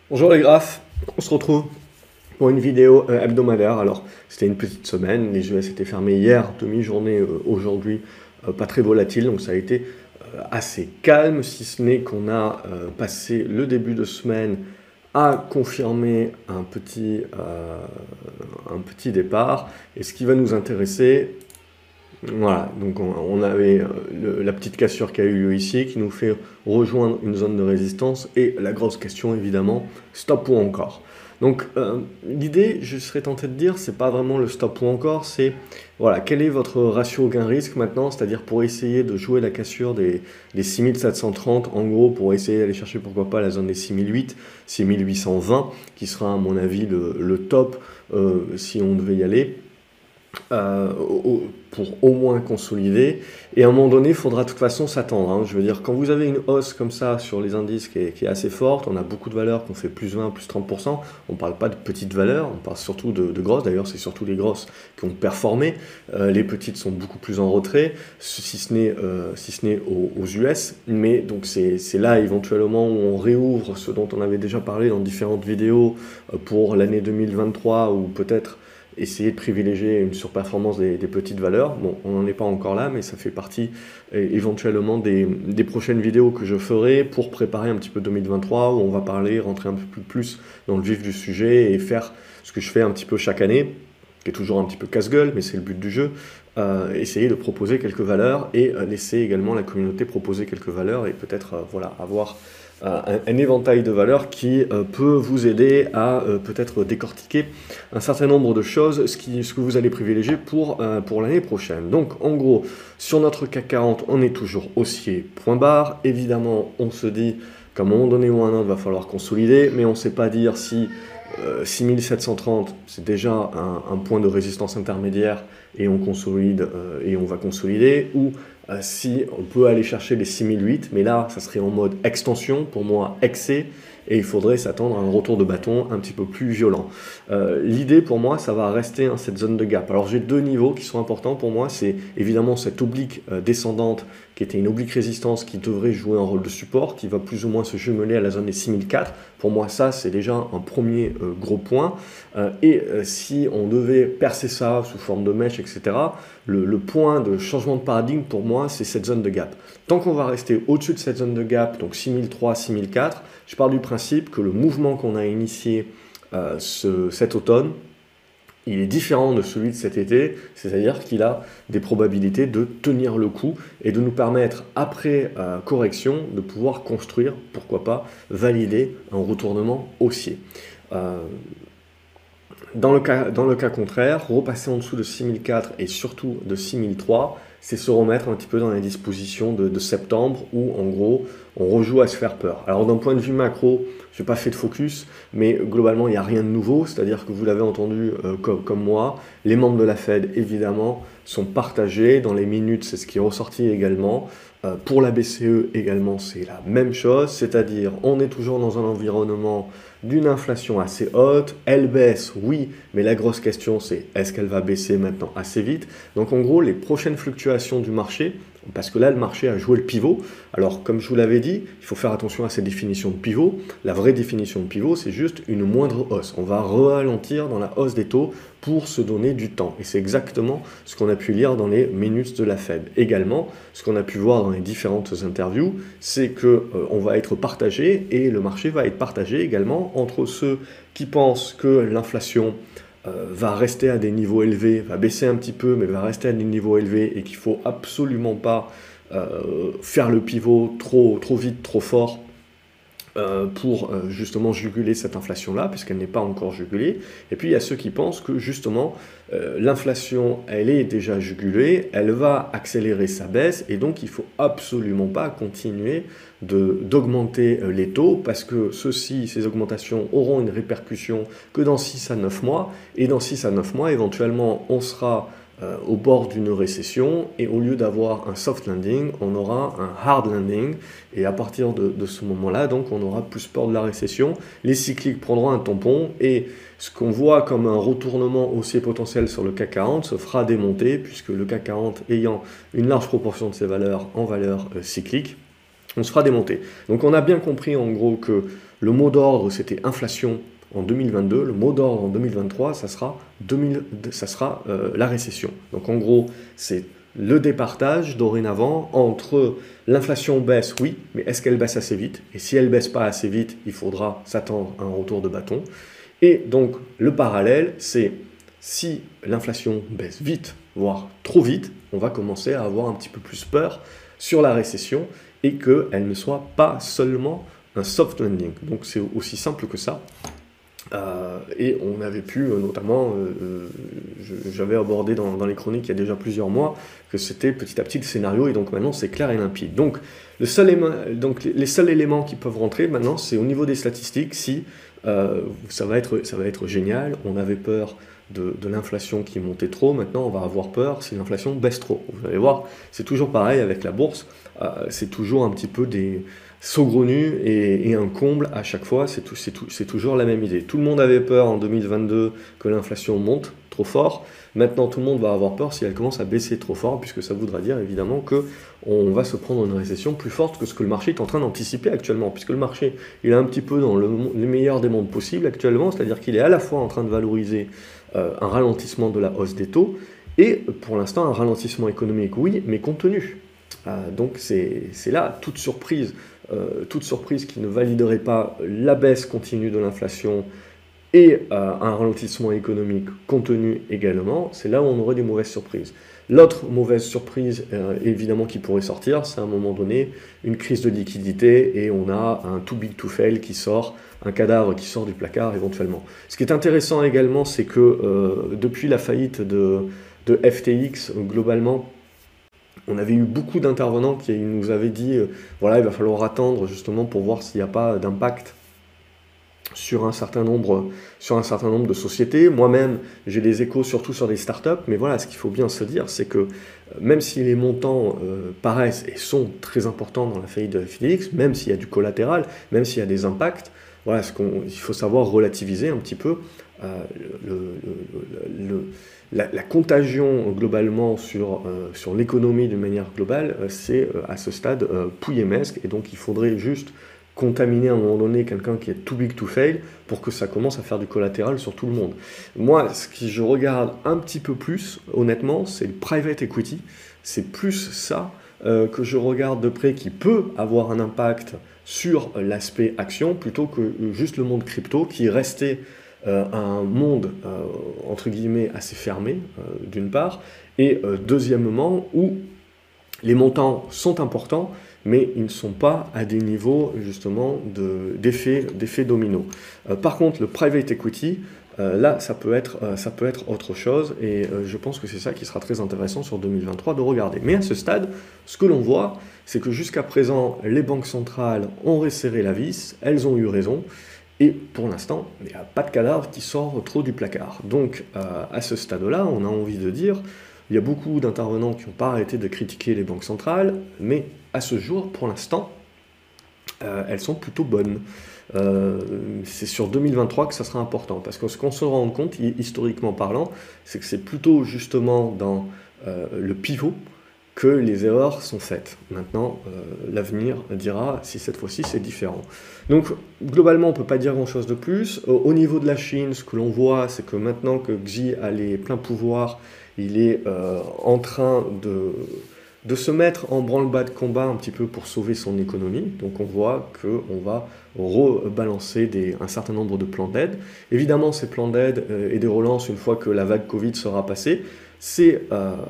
Bonjour les graphes, on se retrouve pour une vidéo hebdomadaire. Alors, c'était une petite semaine, les US étaient fermés hier, demi-journée aujourd'hui, pas très volatile, donc ça a été assez calme, si ce n'est qu'on a passé le début de semaine à confirmer un petit départ. Et ce qui va nous intéresser, voilà, donc on avait la petite cassure qui a eu lieu ici, qui nous fait rejoindre une zone de résistance, et la grosse question évidemment, stop ou encore. Donc l'idée, je serais tenté de dire, c'est pas vraiment le stop ou encore, c'est voilà, quel est votre ratio gain-risque maintenant, c'est-à-dire pour essayer de jouer la cassure des 6730, en gros pour essayer d'aller chercher pourquoi pas la zone des 6008, 6820, qui sera à mon avis le top si on devait y aller euh, pour au moins consolider. Et à un moment donné, il faudra de toute façon s'attendre, hein. Je veux dire, quand vous avez une hausse comme ça sur les indices qui est assez forte, on a beaucoup de valeurs qui ont fait plus 20, plus 30%. On ne parle pas de petites valeurs, on parle surtout de grosses. D'ailleurs, c'est surtout les grosses qui ont performé. Les petites sont beaucoup plus en retrait, si ce n'est aux US. Mais donc c'est là éventuellement où on réouvre ce dont on avait déjà parlé dans différentes vidéos pour l'année 2023, ou peut-être essayer de privilégier une surperformance des petites valeurs. Bon, on n'en est pas encore là, mais ça fait partie éventuellement des prochaines vidéos que je ferai pour préparer un petit peu 2023, où on va parler, rentrer un peu plus dans le vif du sujet et faire ce que je fais un petit peu chaque année, qui est toujours un petit peu casse-gueule, mais c'est le but du jeu, essayer de proposer quelques valeurs et laisser également la communauté proposer quelques valeurs et peut-être voilà, avoir un éventail de valeurs qui peut vous aider à peut-être décortiquer un certain nombre de choses, ce que vous allez privilégier pour l'année prochaine. Donc en gros, sur notre CAC 40, on est toujours haussier, point barre. Évidemment, on se dit qu'à un moment donné ou à un autre, il va falloir consolider, mais on ne sait pas dire si 6730, c'est déjà un point de résistance intermédiaire et on consolide et on va consolider, ou si on peut aller chercher les 6008, mais là, ça serait en mode extension, pour moi, excès, et il faudrait s'attendre à un retour de bâton un petit peu plus violent. L'idée pour moi, ça va rester cette zone de gap. Alors j'ai deux niveaux qui sont importants pour moi, c'est évidemment cette oblique descendante qui était une oblique résistance qui devrait jouer un rôle de support, qui va plus ou moins se jumeler à la zone des 6004. Pour moi, ça, c'est déjà un premier gros point. Si on devait percer ça sous forme de mèche, etc., le point de changement de paradigme pour moi, c'est cette zone de gap. Tant qu'on va rester au-dessus de cette zone de gap, donc 6003, 6004, je pars du principe que le mouvement qu'on a initié cet automne, il est différent de celui de cet été, c'est-à-dire qu'il a des probabilités de tenir le coup et de nous permettre, après correction, de pouvoir construire, pourquoi pas, valider un retournement haussier. Dans le cas contraire, repasser en dessous de 6004 et surtout de 6003, c'est se remettre un petit peu dans les dispositions de septembre où en gros on rejoue à se faire peur. Alors d'un point de vue macro, je n'ai pas fait de focus, mais globalement il n'y a rien de nouveau, c'est-à-dire que vous l'avez entendu comme moi, les membres de la Fed évidemment sont partagés, dans les minutes c'est ce qui est ressorti également. Pour la BCE également c'est la même chose, c'est-à-dire on est toujours dans un environnement d'une inflation assez haute, elle baisse, oui, mais la grosse question c'est est-ce qu'elle va baisser maintenant assez vite? Donc en gros, les prochaines fluctuations du marché, parce que là le marché a joué le pivot, alors comme je vous l'avais dit, il faut faire attention à ces définitions de pivot. La vraie définition de pivot, c'est juste une moindre hausse. On va ralentir dans la hausse des taux pour se donner du temps. Et c'est exactement ce qu'on a pu lire dans les minutes de la Fed. Également, ce qu'on a pu voir dans les différentes interviews, c'est qu'on va être partagé, et le marché va être partagé également entre ceux qui pensent que l'inflation va rester à des niveaux élevés, va baisser un petit peu, mais va rester à des niveaux élevés, et qu'il ne faut absolument pas faire le pivot trop vite, trop fort, pour justement juguler cette inflation-là, puisqu'elle n'est pas encore jugulée. Et puis il y a ceux qui pensent que justement l'inflation, elle est déjà jugulée, elle va accélérer sa baisse, et donc il ne faut absolument pas continuer d'augmenter les taux, parce que ces augmentations auront une répercussion que dans 6 à 9 mois, et dans 6 à 9 mois, éventuellement, on sera au bord d'une récession, et au lieu d'avoir un soft landing, on aura un hard landing, et à partir de ce moment-là, donc on aura plus peur de la récession, les cycliques prendront un tampon, et ce qu'on voit comme un retournement haussier potentiel sur le CAC 40 se fera démonter, puisque le CAC 40 ayant une large proportion de ses valeurs en valeurs cycliques, on se fera démonter. Donc on a bien compris en gros que le mot d'ordre c'était inflation en 2022, le mot d'ordre en 2023 ça sera, la récession. Donc en gros c'est le départage dorénavant entre l'inflation baisse, oui, mais est-ce qu'elle baisse assez vite? Et si elle baisse pas assez vite, il faudra s'attendre à un retour de bâton. Et donc le parallèle c'est si l'inflation baisse vite, voire trop vite, on va commencer à avoir un petit peu plus peur sur la récession et qu'elle ne soit pas seulement un soft landing. Donc c'est aussi simple que ça. Et on avait pu notamment, j'avais abordé dans les chroniques il y a déjà plusieurs mois, que c'était petit à petit le scénario, et donc maintenant c'est clair et limpide. Donc, les seuls éléments qui peuvent rentrer maintenant, c'est au niveau des statistiques, si ça va être génial, on avait peur de l'inflation qui montait trop, maintenant on va avoir peur si l'inflation baisse trop. Vous allez voir, c'est toujours pareil avec la bourse, c'est toujours un petit peu des saugrenus et un comble à chaque fois, c'est toujours la même idée. Tout le monde avait peur en 2022 que l'inflation monte trop fort, maintenant tout le monde va avoir peur si elle commence à baisser trop fort, puisque ça voudra dire évidemment qu'on va se prendre une récession plus forte que ce que le marché est en train d'anticiper actuellement, puisque le marché il est un petit peu dans le meilleur des mondes possibles actuellement, c'est-à-dire qu'il est à la fois en train de valoriser un ralentissement de la hausse des taux, et pour l'instant un ralentissement économique, oui, mais contenu. Donc c'est là toute surprise qui ne validerait pas la baisse continue de l'inflation et un ralentissement économique contenu également, c'est là où on aurait des mauvaises surprises. L'autre mauvaise surprise évidemment qui pourrait sortir, c'est à un moment donné une crise de liquidité et on a un too big to fail qui sort, un cadavre qui sort du placard éventuellement. Ce qui est intéressant également, c'est que depuis la faillite de FTX, globalement, on avait eu beaucoup d'intervenants qui nous avaient dit voilà, il va falloir attendre justement pour voir s'il n'y a pas d'impact sur un certain nombre de sociétés. Moi-même, j'ai des échos surtout sur des startups, mais voilà, ce qu'il faut bien se dire, c'est que même si les montants paraissent et sont très importants dans la faillite de FTX, même s'il y a du collatéral, même s'il y a des impacts, voilà, il faut savoir relativiser un petit peu la contagion globalement sur l'économie d'une manière globale, c'est à ce stade pouillemesque, et donc il faudrait juste contaminer à un moment donné quelqu'un qui est too big to fail pour que ça commence à faire du collatéral sur tout le monde. Moi, ce que je regarde un petit peu plus, honnêtement, c'est le private equity. C'est plus ça que je regarde de près qui peut avoir un impact sur l'aspect action plutôt que juste le monde crypto qui restait un monde entre guillemets assez fermé d'une part, et deuxièmement où les montants sont importants mais ils ne sont pas à des niveaux justement d'effet domino. Par contre, le private equity, là, ça peut être autre chose, et je pense que c'est ça qui sera très intéressant sur 2023 de regarder. Mais à ce stade, ce que l'on voit, c'est que jusqu'à présent, les banques centrales ont resserré la vis, elles ont eu raison, et pour l'instant, il n'y a pas de cadavre qui sort trop du placard. Donc, à ce stade-là, on a envie de dire, il y a beaucoup d'intervenants qui n'ont pas arrêté de critiquer les banques centrales, mais à ce jour, pour l'instant, elles sont plutôt bonnes. C'est sur 2023 que ça sera important, parce que ce qu'on se rend compte, historiquement parlant, c'est que c'est plutôt justement dans le pivot que les erreurs sont faites. Maintenant, l'avenir dira si cette fois-ci c'est différent. Donc, globalement, on ne peut pas dire grand-chose de plus. Au niveau de la Chine, ce que l'on voit, c'est que maintenant que Xi a les pleins pouvoirs, il est en train de se mettre en branle-bas de combat un petit peu pour sauver son économie. Donc on voit qu'on va rebalancer un certain nombre de plans d'aide. Évidemment, ces plans d'aide et des relances, une fois que la vague Covid sera passée, c'est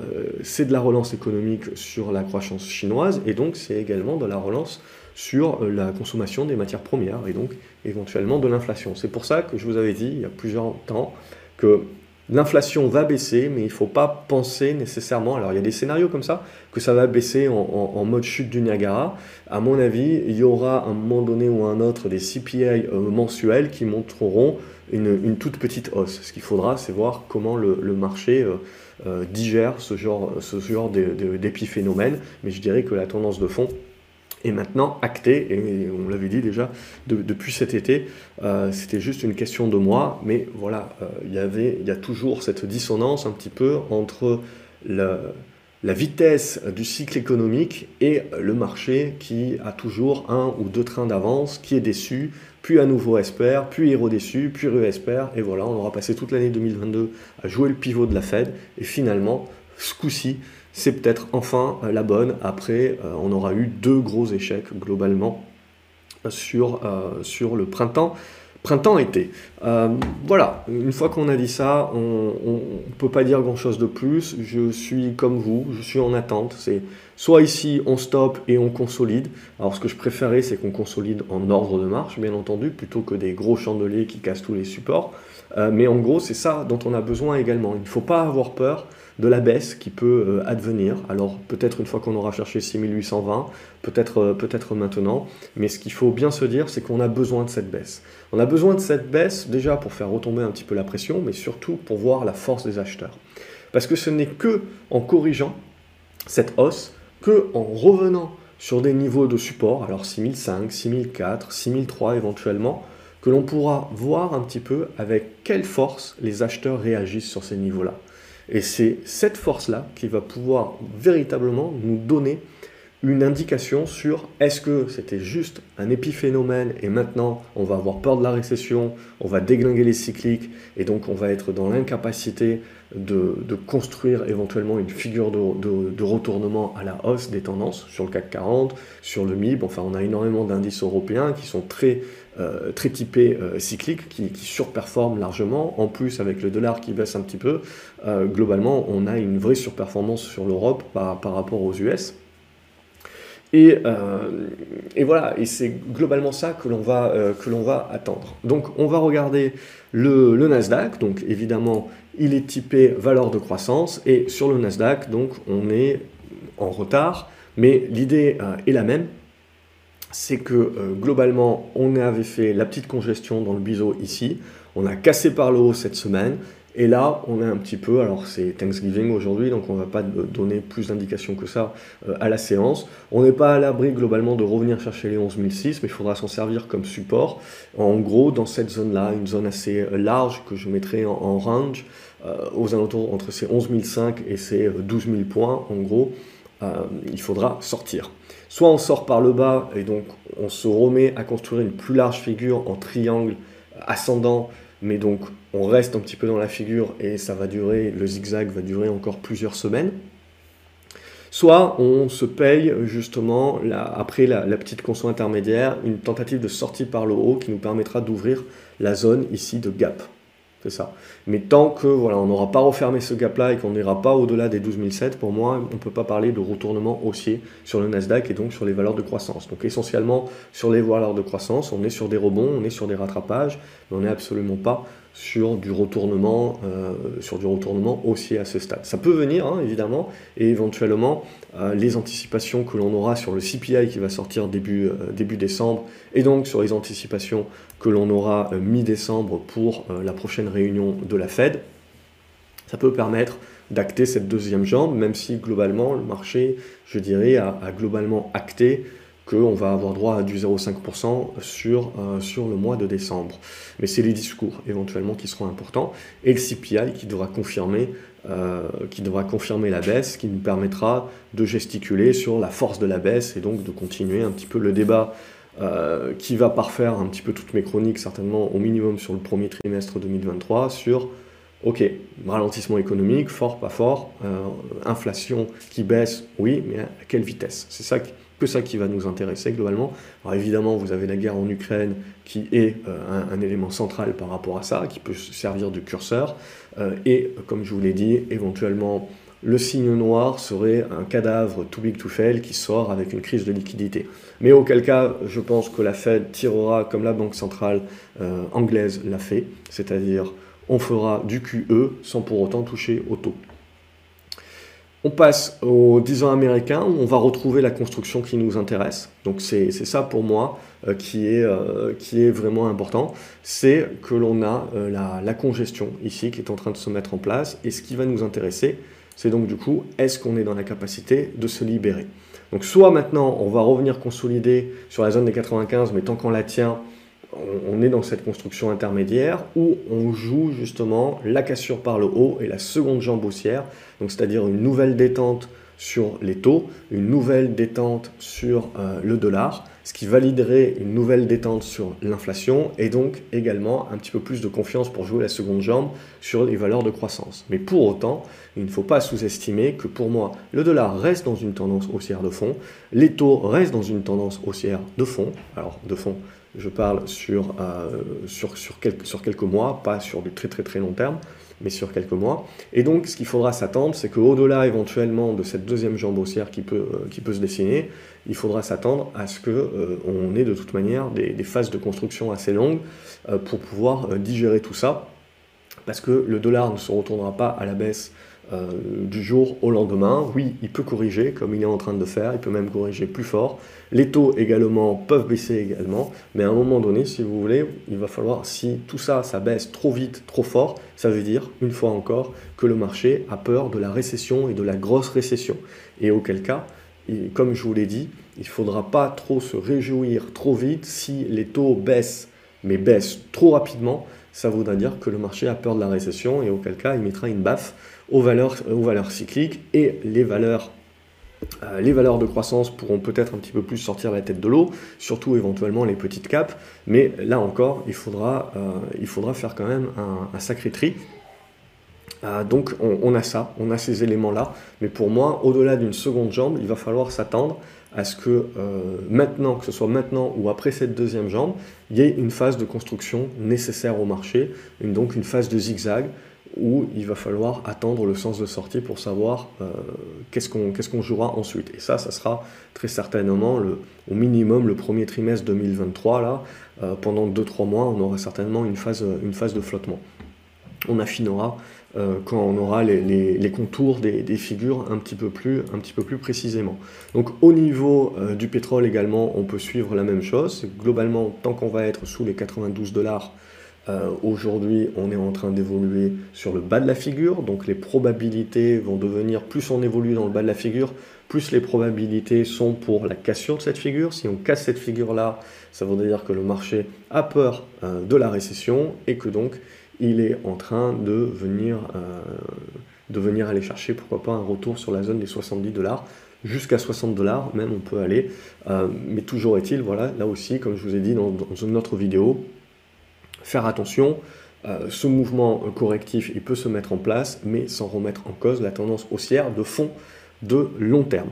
de la relance économique sur la croissance chinoise, et donc c'est également de la relance sur la consommation des matières premières, et donc éventuellement de l'inflation. C'est pour ça que je vous avais dit il y a plusieurs temps que l'inflation va baisser, mais il ne faut pas penser nécessairement, alors il y a des scénarios comme ça, que ça va baisser en mode chute du Niagara. À mon avis, il y aura à un moment donné ou un autre des CPI mensuels qui montreront une toute petite hausse. Ce qu'il faudra, c'est voir comment le marché digère ce genre d'épiphénomène, mais je dirais que la tendance de fond est maintenant actée, et on l'avait dit déjà depuis cet été, c'était juste une question de mois, mais voilà, il y a toujours cette dissonance un petit peu entre la vitesse du cycle économique et le marché qui a toujours un ou deux trains d'avance, qui est déçu, puis à nouveau espère, puis redéçu, puis réespère, et voilà, on aura passé toute l'année 2022 à jouer le pivot de la Fed, et finalement, ce coup-ci, c'est peut-être enfin la bonne, après on aura eu deux gros échecs globalement sur le printemps-été. Voilà, une fois qu'on a dit ça, on ne peut pas dire grand-chose de plus. Je suis comme vous, je suis en attente. C'est soit ici, on stoppe et on consolide. Alors ce que je préférais, c'est qu'on consolide en ordre de marche, bien entendu, plutôt que des gros chandeliers qui cassent tous les supports. Mais en gros, c'est ça dont on a besoin également. Il ne faut pas avoir peur de la baisse qui peut advenir. Alors peut-être une fois qu'on aura cherché 6820, peut-être maintenant, mais ce qu'il faut bien se dire, c'est qu'on a besoin de cette baisse. On a besoin de cette baisse déjà pour faire retomber un petit peu la pression, mais surtout pour voir la force des acheteurs. Parce que ce n'est que en corrigeant cette hausse, que en revenant sur des niveaux de support, alors 6005, 6004, 6003 éventuellement, que l'on pourra voir un petit peu avec quelle force les acheteurs réagissent sur ces niveaux-là. Et c'est cette force-là qui va pouvoir véritablement nous donner une indication sur est-ce que c'était juste un épiphénomène et maintenant on va avoir peur de la récession, on va déglinguer les cycliques et donc on va être dans l'incapacité de construire éventuellement une figure de retournement à la hausse des tendances sur le CAC 40, sur le MIB, enfin on a énormément d'indices européens qui sont très typés cycliques, qui surperforment largement, en plus avec le dollar qui baisse un petit peu, globalement on a une vraie surperformance sur l'Europe par rapport aux US. Et voilà, et c'est globalement ça que l'on va attendre. Donc on va regarder le Nasdaq, donc évidemment il est typé valeur de croissance, et sur le Nasdaq, donc on est en retard, mais l'idée est la même, c'est que globalement on avait fait la petite congestion dans le biseau ici, on a cassé par le haut cette semaine, et là, on a un petit peu, alors c'est Thanksgiving aujourd'hui, donc on ne va pas donner plus d'indications que ça à la séance. On n'est pas à l'abri globalement de revenir chercher les 11006, mais il faudra s'en servir comme support. En gros, dans cette zone-là, une zone assez large que je mettrai en range, aux alentours entre ces 11005 et ces 12000 points, en gros, il faudra sortir. Soit on sort par le bas, et donc on se remet à construire une plus large figure en triangle ascendant, mais donc on reste un petit peu dans la figure et ça va durer, le zigzag va durer encore plusieurs semaines. Soit on se paye justement, après la petite conso intermédiaire, une tentative de sortie par le haut qui nous permettra d'ouvrir la zone ici de gap. C'est ça. Mais tant que voilà, on n'aura pas refermé ce gap-là et qu'on n'ira pas au-delà des 12007, pour moi, on ne peut pas parler de retournement haussier sur le Nasdaq et donc sur les valeurs de croissance. Donc essentiellement, sur les valeurs de croissance, on est sur des rebonds, on est sur des rattrapages, mais on n'est absolument pas sur du retournement haussier à ce stade. Ça peut venir, hein, évidemment, et éventuellement, les anticipations que l'on aura sur le CPI qui va sortir début décembre, et donc sur les anticipations que l'on aura mi-décembre pour la prochaine réunion de la Fed, ça peut permettre d'acter cette deuxième jambe, même si globalement, le marché, je dirais, a globalement acté qu'on va avoir droit à du 0,5% sur le mois de décembre. Mais c'est les discours éventuellement qui seront importants, et le CPI qui devra confirmer la baisse, qui nous permettra de gesticuler sur la force de la baisse, et donc de continuer un petit peu le débat qui va parfaire un petit peu toutes mes chroniques, certainement au minimum sur le premier trimestre 2023, sur ok, ralentissement économique, fort, pas fort, inflation qui baisse, oui, mais à quelle vitesse? C'est ça que ça qui va nous intéresser globalement. Alors évidemment, vous avez la guerre en Ukraine qui est un élément central par rapport à ça, qui peut servir de curseur, et comme je vous l'ai dit, éventuellement, le signe noir serait un cadavre too big to fail qui sort avec une crise de liquidité. Mais auquel cas, je pense que la Fed tirera comme la banque centrale anglaise l'a fait, c'est-à-dire on fera du QE sans pour autant toucher au taux. On passe aux 10 ans américains où on va retrouver la construction qui nous intéresse. Donc c'est ça pour moi qui est vraiment important. C'est que l'on a la congestion ici qui est en train de se mettre en place. Et ce qui va nous intéresser, c'est donc du coup, est-ce qu'on est dans la capacité de se libérer? Donc soit maintenant, on va revenir consolider sur la zone des 95, mais tant qu'on la tient, on est dans cette construction intermédiaire où on joue justement la cassure par le haut et la seconde jambe haussière, donc c'est-à-dire une nouvelle détente sur les taux, une nouvelle détente sur le dollar, ce qui validerait une nouvelle détente sur l'inflation et donc également un petit peu plus de confiance pour jouer la seconde jambe sur les valeurs de croissance. Mais pour autant, il ne faut pas sous-estimer que pour moi, le dollar reste dans une tendance haussière de fond, les taux restent dans une tendance haussière de fond. Alors de fond, je parle sur quelques mois, pas sur du très très très long terme, mais sur quelques mois. Et donc, ce qu'il faudra s'attendre, c'est qu'au-delà éventuellement de cette deuxième jambe haussière qui peut se dessiner, il faudra s'attendre à ce qu'on ait de toute manière des phases de construction assez longues pour pouvoir digérer tout ça, parce que le dollar ne se retournera pas à la baisse du jour au lendemain. Oui, il peut corriger comme il est en train de le faire, il peut même corriger plus fort. Les taux également peuvent baisser également, mais à un moment donné, si vous voulez, il va falloir, si tout ça, ça baisse trop vite, trop fort, ça veut dire, une fois encore, que le marché a peur de la récession et de la grosse récession. Et auquel cas, comme je vous l'ai dit, il ne faudra pas trop se réjouir trop vite si les taux baissent, mais baissent trop rapidement. Ça voudra dire que le marché a peur de la récession et auquel cas il mettra une baffe aux valeurs cycliques et les valeurs de croissance pourront peut-être un petit peu plus sortir la tête de l'eau, surtout éventuellement les petites caps, mais là encore il faudra faire quand même un sacré tri. Donc on a ça, on a ces éléments-là, mais pour moi, au-delà d'une seconde jambe, il va falloir s'attendre à ce que maintenant, que ce soit maintenant ou après cette deuxième jambe, il y ait une phase de construction nécessaire au marché, donc une phase de zigzag, où il va falloir attendre le sens de sortie pour savoir qu'est-ce qu'on jouera ensuite. Et ça sera très certainement au minimum le premier trimestre 2023, là, pendant 2-3 mois, on aura certainement une phase de flottement. On affinera quand on aura les contours des figures un petit peu plus précisément. Donc au niveau du pétrole également, on peut suivre la même chose. Globalement, tant qu'on va être sous les 92 $, aujourd'hui, on est en train d'évoluer sur le bas de la figure, donc les probabilités vont devenir, plus on évolue dans le bas de la figure, plus les probabilités sont pour la cassure de cette figure. Si on casse cette figure-là, ça veut dire que le marché a peur de la récession et que donc il est en train de venir aller chercher, pourquoi pas, un retour sur la zone des 70 $, jusqu'à 60 $, même on peut aller. Mais toujours est-il, voilà, là aussi, comme je vous ai dit dans une autre vidéo, faire attention, ce mouvement correctif, il peut se mettre en place, mais sans remettre en cause la tendance haussière de fond de long terme.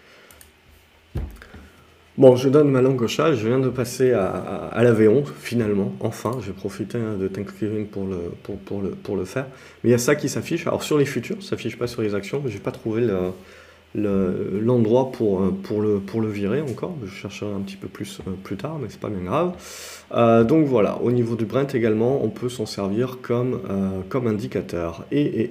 Bon, je donne ma langue au chat, je viens de passer à l'Avéon, finalement, enfin, j'ai profité de Thanksgiving pour le faire. Mais il y a ça qui s'affiche, alors sur les futurs, ça ne s'affiche pas sur les actions, mais je n'ai pas trouvé l'endroit pour le virer encore, je chercherai un petit peu plus tard, mais c'est pas bien grave. Donc voilà, au niveau du Brent également, on peut s'en servir comme indicateur.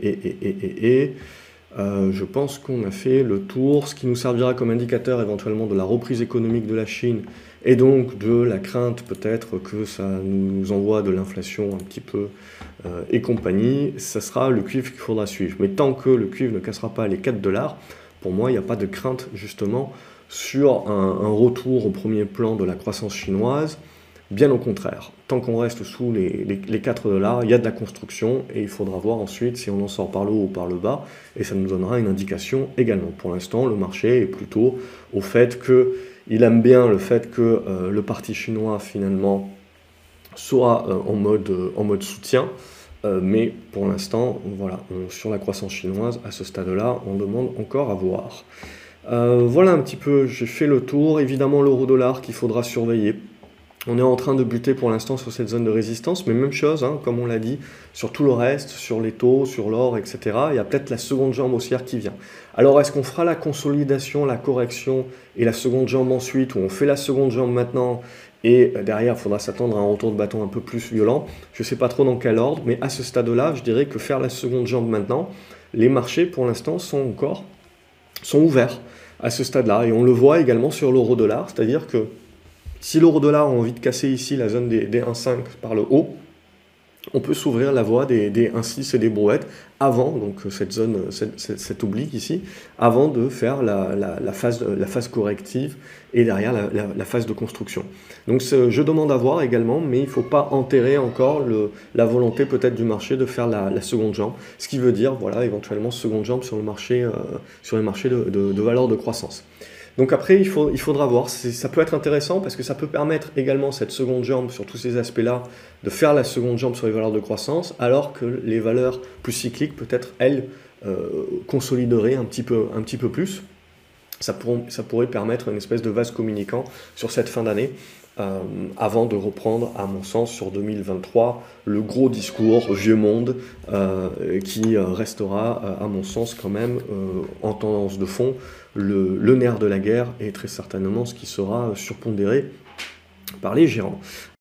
Je pense qu'on a fait le tour, ce qui nous servira comme indicateur éventuellement de la reprise économique de la Chine et donc de la crainte peut-être que ça nous envoie de l'inflation un petit peu et compagnie, ça sera le cuivre qu'il faudra suivre. Mais tant que le cuivre ne cassera pas les 4 $, pour moi il n'y a pas de crainte justement sur un retour au premier plan de la croissance chinoise. Bien au contraire, tant qu'on reste sous les 4 $, il y a de la construction et il faudra voir ensuite si on en sort par le haut ou par le bas et ça nous donnera une indication également. Pour l'instant, le marché est plutôt au fait qu'il aime bien le fait que le parti chinois finalement soit en mode soutien, mais pour l'instant, voilà, sur la croissance chinoise, à ce stade-là, on demande encore à voir. Voilà un petit peu, j'ai fait le tour, évidemment l'euro-dollar qu'il faudra surveiller. On est en train de buter pour l'instant sur cette zone de résistance, mais même chose, hein, comme on l'a dit, sur tout le reste, sur les taux, sur l'or, etc. Il y a peut-être la seconde jambe haussière qui vient. Alors est-ce qu'on fera la consolidation, la correction et la seconde jambe ensuite, ou on fait la seconde jambe maintenant et derrière il faudra s'attendre à un retour de bâton un peu plus violent? Je ne sais pas trop dans quel ordre, mais à ce stade-là, je dirais que faire la seconde jambe maintenant, les marchés pour l'instant sont ouverts à ce stade-là. Et on le voit également sur l'euro-dollar, c'est-à-dire que si l'euro-dollar a envie de casser ici la zone des 1,5 par le haut, on peut s'ouvrir la voie des 1,6 et des brouettes avant, donc cette zone, cet oblique ici, avant de faire la phase corrective et derrière la phase de construction. Donc je demande à voir également, mais il ne faut pas enterrer encore la volonté peut-être du marché de faire la seconde jambe, ce qui veut dire, voilà, éventuellement seconde jambe sur le marché, sur les marchés de valeur de croissance. Donc après, il faudra voir, ça peut être intéressant parce que ça peut permettre également cette seconde jambe sur tous ces aspects-là de faire la seconde jambe sur les valeurs de croissance, alors que les valeurs plus cycliques, peut-être, elles, consolideraient un petit peu plus. Ça pourrait permettre une espèce de vase communicant sur cette fin d'année, avant de reprendre, à mon sens, sur 2023, le gros discours vieux monde qui restera, à mon sens, quand même, en tendance de fond, le nerf de la guerre et très certainement ce qui sera surpondéré par les gérants.